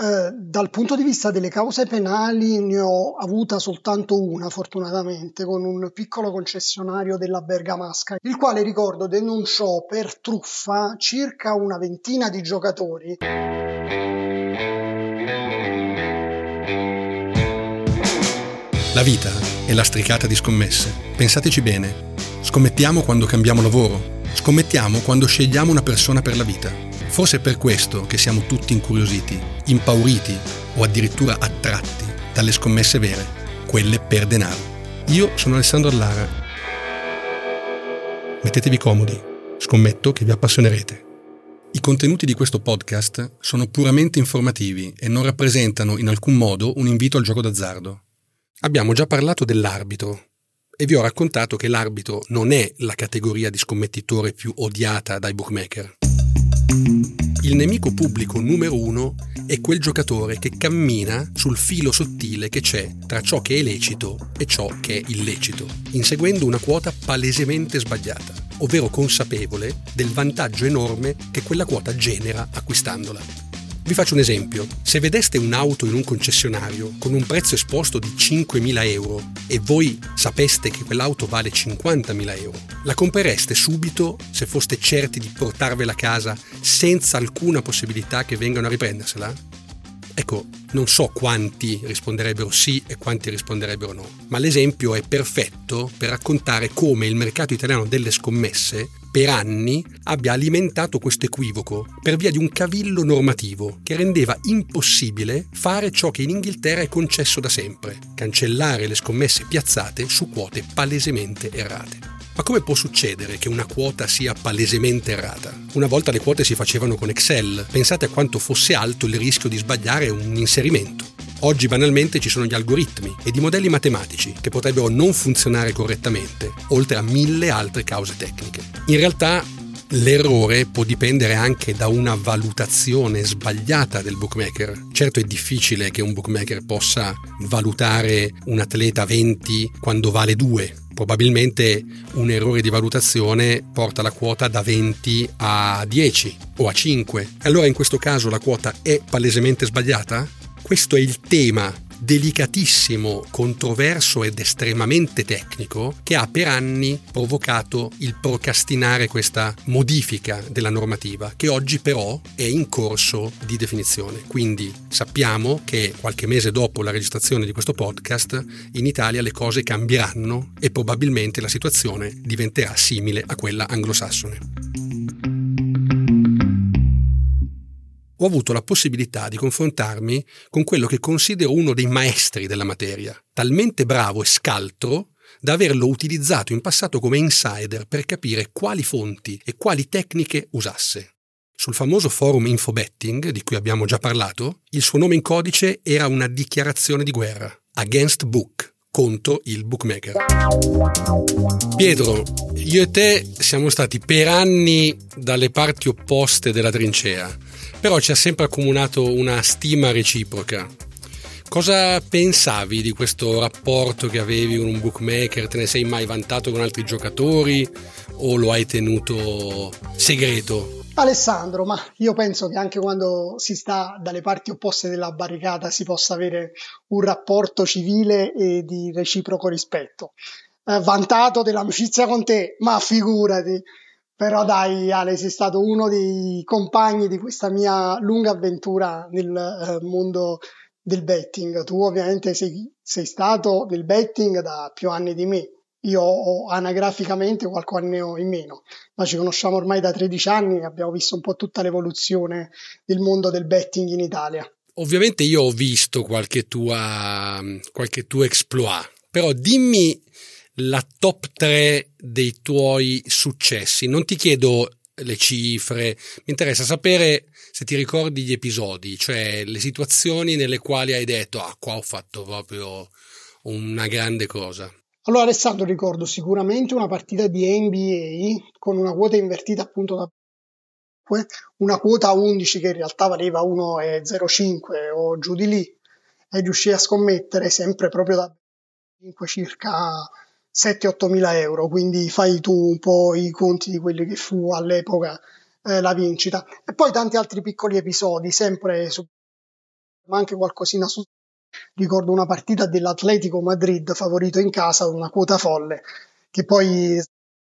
Dal punto di vista delle cause penali ne ho avuta soltanto una, fortunatamente, con un piccolo concessionario della Bergamasca, il quale ricordo denunciò per truffa circa una ventina di giocatori. La vita è lastricata di scommesse. Pensateci bene. Scommettiamo quando cambiamo lavoro. Scommettiamo quando scegliamo una persona per la vita. Forse è per questo che siamo tutti incuriositi, impauriti o addirittura attratti dalle scommesse vere, quelle per denaro. Io sono Alessandro Allara. Mettetevi comodi. Scommetto che vi appassionerete. I contenuti di questo podcast sono puramente informativi e non rappresentano in alcun modo un invito al gioco d'azzardo. Abbiamo già parlato dell'arbitro e vi ho raccontato che l'arbitro non è la categoria di scommettitore più odiata dai bookmaker. Il nemico pubblico numero uno è quel giocatore che cammina sul filo sottile che c'è tra ciò che è lecito e ciò che è illecito, inseguendo una quota palesemente sbagliata, ovvero consapevole del vantaggio enorme che quella quota genera acquistandola. Vi faccio un esempio. Se vedeste un'auto in un concessionario con un prezzo esposto di 5.000 euro e voi sapeste che quell'auto vale 50.000 euro, la comprereste subito se foste certi di portarvela a casa senza alcuna possibilità che vengano a riprendersela? Ecco, non so quanti risponderebbero sì e quanti risponderebbero no, ma l'esempio è perfetto per raccontare come il mercato italiano delle scommesse per anni abbia alimentato questo equivoco per via di un cavillo normativo che rendeva impossibile fare ciò che in Inghilterra è concesso da sempre: cancellare le scommesse piazzate su quote palesemente errate. Ma come può succedere che una quota sia palesemente errata? Una volta le quote si facevano con Excel. Pensate a quanto fosse alto il rischio di sbagliare un inserimento. Oggi banalmente ci sono gli algoritmi ed i modelli matematici che potrebbero non funzionare correttamente, oltre a 1000 altre cause tecniche. In realtà l'errore può dipendere anche da una valutazione sbagliata del bookmaker. Certo, è difficile che un bookmaker possa valutare un atleta 20 quando vale 2. Probabilmente un errore di valutazione porta la quota da 20 a 10 o a 5. Allora in questo caso la quota è palesemente sbagliata? Questo è il tema delicatissimo, controverso ed estremamente tecnico che ha per anni provocato il procrastinare questa modifica della normativa, che oggi però è in corso di definizione. Quindi sappiamo che qualche mese dopo la registrazione di questo podcast in Italia le cose cambieranno e probabilmente la situazione diventerà simile a quella anglosassone. Ho avuto la possibilità di confrontarmi con quello che considero uno dei maestri della materia, talmente bravo e scaltro da averlo utilizzato in passato come insider per capire quali fonti e quali tecniche usasse. Sul famoso forum Infobetting, di cui abbiamo già parlato, il suo nome in codice era una dichiarazione di guerra, against book, contro il bookmaker. Pietro, io e te siamo stati per anni dalle parti opposte della trincea, però ci ha sempre accomunato una stima reciproca. Cosa pensavi di questo rapporto che avevi con un bookmaker? Te ne sei mai vantato con altri giocatori o lo hai tenuto segreto? Alessandro, ma io penso che anche quando si sta dalle parti opposte della barricata si possa avere un rapporto civile e di reciproco rispetto. Vantato dell'amicizia con te, ma figurati. Però dai, Ale, sei stato uno dei compagni di questa mia lunga avventura nel mondo del betting. Tu ovviamente sei stato nel betting da più anni di me. Io ho anagraficamente qualche anno in meno, ma ci conosciamo ormai da 13 anni e abbiamo visto un po' tutta l'evoluzione del mondo del betting in Italia. Ovviamente io ho visto qualche tuo exploit, però dimmi la top 3 dei tuoi successi. Non ti chiedo le cifre, mi interessa sapere se ti ricordi gli episodi, cioè le situazioni nelle quali hai detto qua ho fatto proprio una grande cosa. Allora Alessandro, ricordo sicuramente una partita di NBA con una quota invertita appunto da una quota 11 che in realtà valeva 1,05 o giù di lì, e riuscii a scommettere sempre proprio da 5 circa 7-8 mila euro, quindi fai tu un po' i conti di quelli che fu all'epoca la vincita. E poi tanti altri piccoli episodi, sempre su ma anche qualcosina su. Ricordo una partita dell'Atletico Madrid favorito in casa, una quota folle, che poi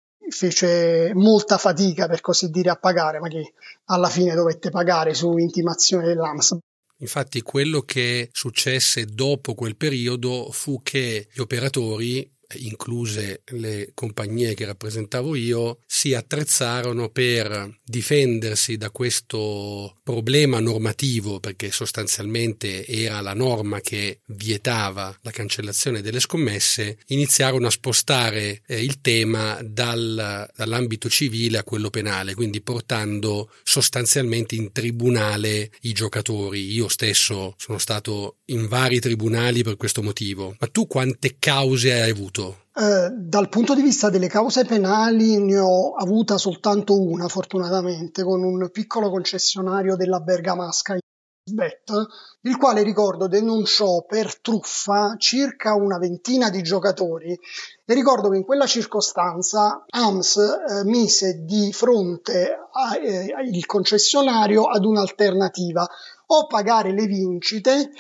fece molta fatica, per così dire, a pagare, ma che alla fine dovette pagare su intimazione dell'AMS. Infatti quello che successe dopo quel periodo fu che gli operatori, incluse le compagnie che rappresentavo io, si attrezzarono per difendersi da questo problema normativo, perché sostanzialmente era la norma che vietava la cancellazione delle scommesse. Iniziarono a spostare il tema dall'ambito civile a quello penale, quindi portando sostanzialmente in tribunale i giocatori. Io stesso sono stato in vari tribunali per questo motivo. Ma tu quante cause hai avuto? Dal punto di vista delle cause penali ne ho avuta soltanto una, fortunatamente, con un piccolo concessionario della Bergamasca in Bet, il quale, ricordo, denunciò per truffa circa una ventina di giocatori, e ricordo che in quella circostanza AMS mise di fronte il concessionario ad un'alternativa: o pagare le vincite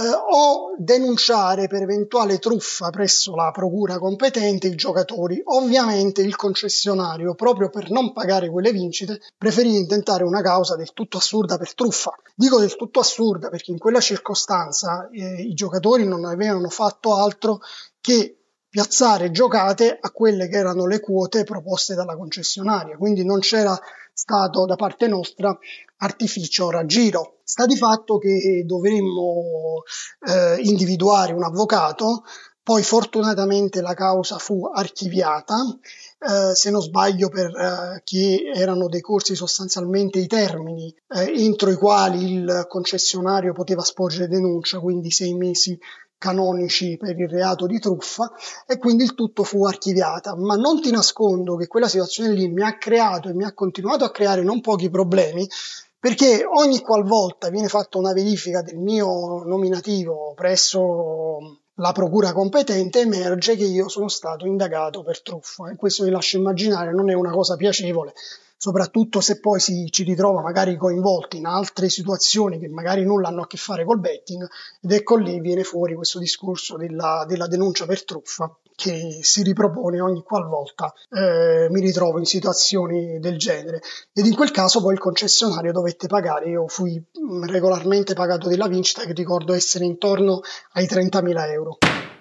o denunciare per eventuale truffa presso la procura competente i giocatori. Ovviamente il concessionario, proprio per non pagare quelle vincite, preferì intentare una causa del tutto assurda per truffa. Dico del tutto assurda perché in quella circostanza i giocatori non avevano fatto altro che piazzare giocate a quelle che erano le quote proposte dalla concessionaria, quindi non c'era stato da parte nostra artificio o raggiro. Sta di fatto che dovremmo individuare un avvocato, poi fortunatamente la causa fu archiviata, se non sbaglio che erano decorsi sostanzialmente i termini entro i quali il concessionario poteva sporgere denuncia, quindi 6 mesi canonici per il reato di truffa, e quindi il tutto fu archiviata. Ma non ti nascondo che quella situazione lì mi ha creato e mi ha continuato a creare non pochi problemi, perché ogni qualvolta viene fatta una verifica del mio nominativo presso la procura competente, emerge che io sono stato indagato per truffa, e questo vi lascio immaginare non è una cosa piacevole, soprattutto se poi ci ritrova magari coinvolti in altre situazioni che magari nulla hanno a che fare col betting, ed ecco lì viene fuori questo discorso della denuncia per truffa, che si ripropone ogni qualvolta mi ritrovo in situazioni del genere. Ed in quel caso poi il concessionario dovette pagare. Io fui regolarmente pagato della vincita, che ricordo essere intorno ai 30.000 euro.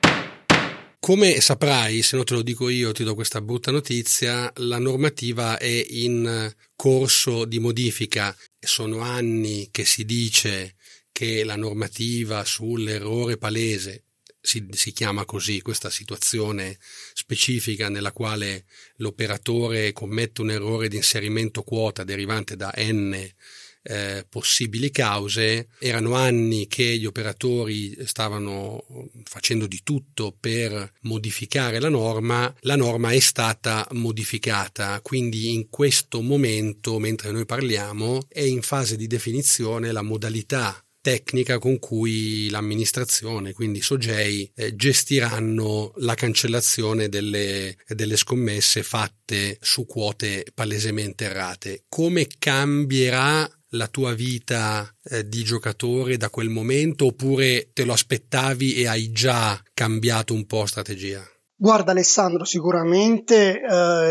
Come saprai, se non te lo dico io, ti do questa brutta notizia: la normativa è in corso di modifica. Sono anni che si dice che la normativa sull'errore palese, si chiama così questa situazione specifica nella quale l'operatore commette un errore di inserimento quota derivante da n possibili cause. Erano anni che gli operatori stavano facendo di tutto per modificare la norma è stata modificata, quindi in questo momento, mentre noi parliamo, è in fase di definizione la modalità tecnica con cui l'amministrazione, quindi SOGEI, gestiranno la cancellazione delle scommesse fatte su quote palesemente errate. Come cambierà la tua vita di giocatore da quel momento, oppure te lo aspettavi e hai già cambiato un po' strategia? Guarda Alessandro, sicuramente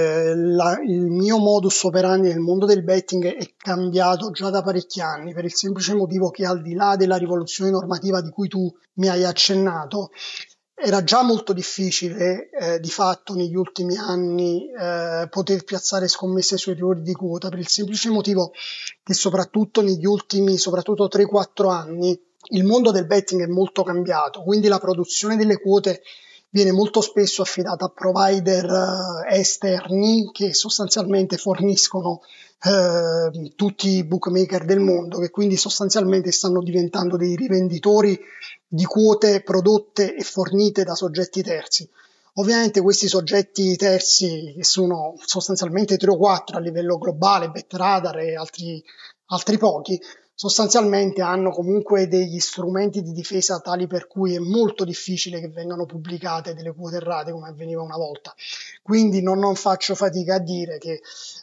il mio modus operandi nel mondo del betting è cambiato già da parecchi anni, per il semplice motivo che, al di là della rivoluzione normativa di cui tu mi hai accennato, era già molto difficile di fatto negli ultimi anni poter piazzare scommesse su errori di quota, per il semplice motivo che soprattutto negli ultimi 3-4 anni il mondo del betting è molto cambiato, quindi la produzione delle quote viene molto spesso affidata a provider esterni che sostanzialmente forniscono tutti i bookmaker del mondo, che quindi sostanzialmente stanno diventando dei rivenditori di quote prodotte e fornite da soggetti terzi. Ovviamente questi soggetti terzi, che sono sostanzialmente 3 o 4 a livello globale, BetRadar e altri pochi, sostanzialmente hanno comunque degli strumenti di difesa tali per cui è molto difficile che vengano pubblicate delle quote errate come avveniva una volta. Quindi non faccio fatica a dire che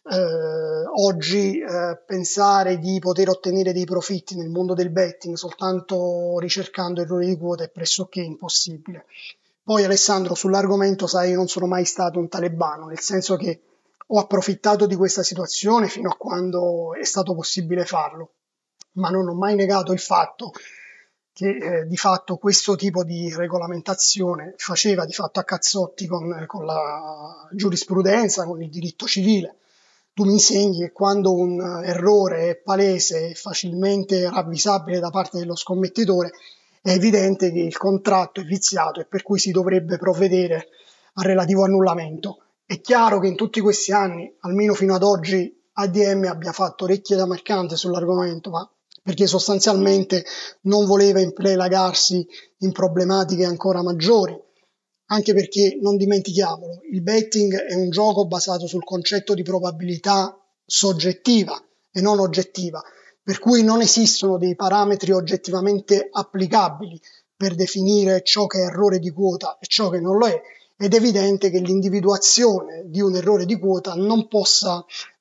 oggi pensare di poter ottenere dei profitti nel mondo del betting soltanto ricercando errori di quota è pressoché impossibile. Poi Alessandro, sull'argomento, sai, io non sono mai stato un talebano, nel senso che ho approfittato di questa situazione fino a quando è stato possibile farlo, ma non ho mai negato il fatto che di fatto questo tipo di regolamentazione faceva di fatto a cazzotti con la giurisprudenza, con il diritto civile. Tu mi insegni che quando un errore è palese e facilmente ravvisabile da parte dello scommettitore, è evidente che il contratto è viziato e per cui si dovrebbe provvedere al relativo annullamento. È chiaro che in tutti questi anni, almeno fino ad oggi, ADM abbia fatto orecchie da mercante sull'argomento, ma perché sostanzialmente non voleva impelagarsi in problematiche ancora maggiori, anche perché, non dimentichiamolo, il betting è un gioco basato sul concetto di probabilità soggettiva e non oggettiva, per cui non esistono dei parametri oggettivamente applicabili per definire ciò che è errore di quota e ciò che non lo è, ed è evidente che l'individuazione di un errore di quota non possa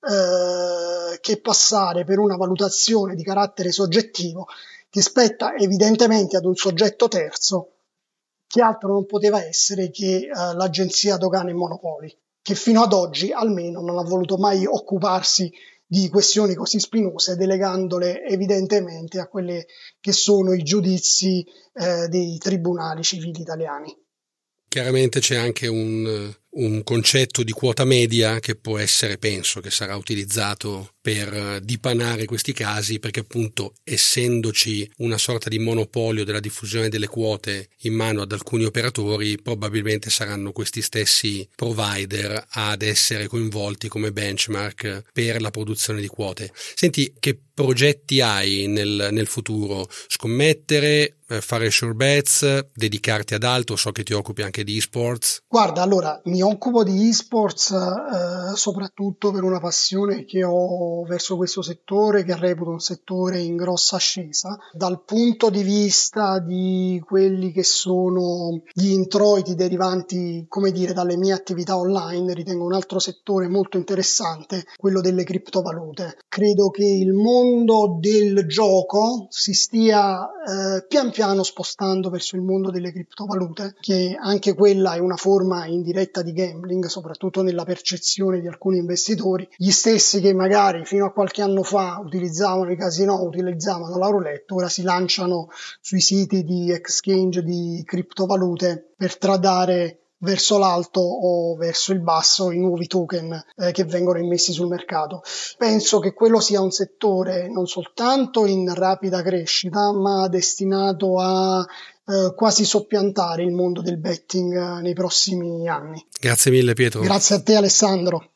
che passare per una valutazione di carattere soggettivo che spetta evidentemente ad un soggetto terzo, che altro non poteva essere che l'Agenzia Dogane e Monopoli, che fino ad oggi almeno non ha voluto mai occuparsi di questioni così spinose, delegandole evidentemente a quelle che sono i giudizi dei tribunali civili italiani. Chiaramente c'è anche un concetto di quota media che può essere, penso, che sarà utilizzato per dipanare questi casi, perché appunto essendoci una sorta di monopolio della diffusione delle quote in mano ad alcuni operatori, probabilmente saranno questi stessi provider ad essere coinvolti come benchmark per la produzione di quote. Senti, che progetti hai nel futuro? Scommettere, fare sure bets, dedicarti ad altro? So che ti occupi anche di esports. Guarda, allora mi occupo di esports soprattutto per una passione che ho verso questo settore, che reputo un settore in grossa ascesa. Dal punto di vista di quelli che sono gli introiti derivanti, come dire, dalle mie attività online, ritengo un altro settore molto interessante quello delle criptovalute. Credo che il mondo del gioco si stia pian piano spostando verso il mondo delle criptovalute, che anche quella è una forma indiretta di gambling, soprattutto nella percezione di alcuni investitori, gli stessi che magari fino a qualche anno fa utilizzavano i casinò, utilizzavano la roulette, ora si lanciano sui siti di exchange di criptovalute per tradare verso l'alto o verso il basso i nuovi token che vengono immessi sul mercato. Penso che quello sia un settore non soltanto in rapida crescita, ma destinato a quasi soppiantare il mondo del betting nei prossimi anni. Grazie mille, Pietro. Grazie a te, Alessandro.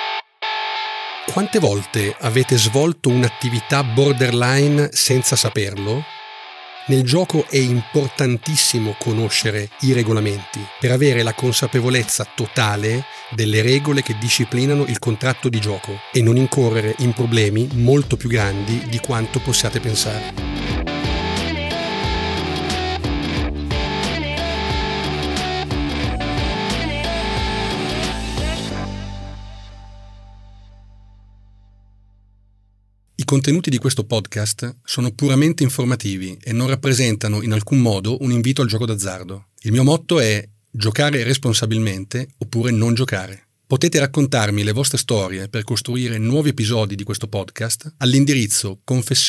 Quante volte avete svolto un'attività borderline senza saperlo? Nel gioco è importantissimo conoscere i regolamenti per avere la consapevolezza totale delle regole che disciplinano il contratto di gioco e non incorrere in problemi molto più grandi di quanto possiate pensare. I contenuti di questo podcast sono puramente informativi e non rappresentano in alcun modo un invito al gioco d'azzardo. Il mio motto è giocare responsabilmente oppure non giocare. Potete raccontarmi le vostre storie per costruire nuovi episodi di questo podcast all'indirizzo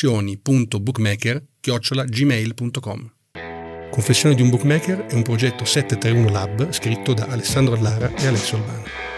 confessioni.bookmaker@gmail.com. Confessioni di un Bookmaker è un progetto 731 Lab scritto da Alessandro Allara e Alessio Albano.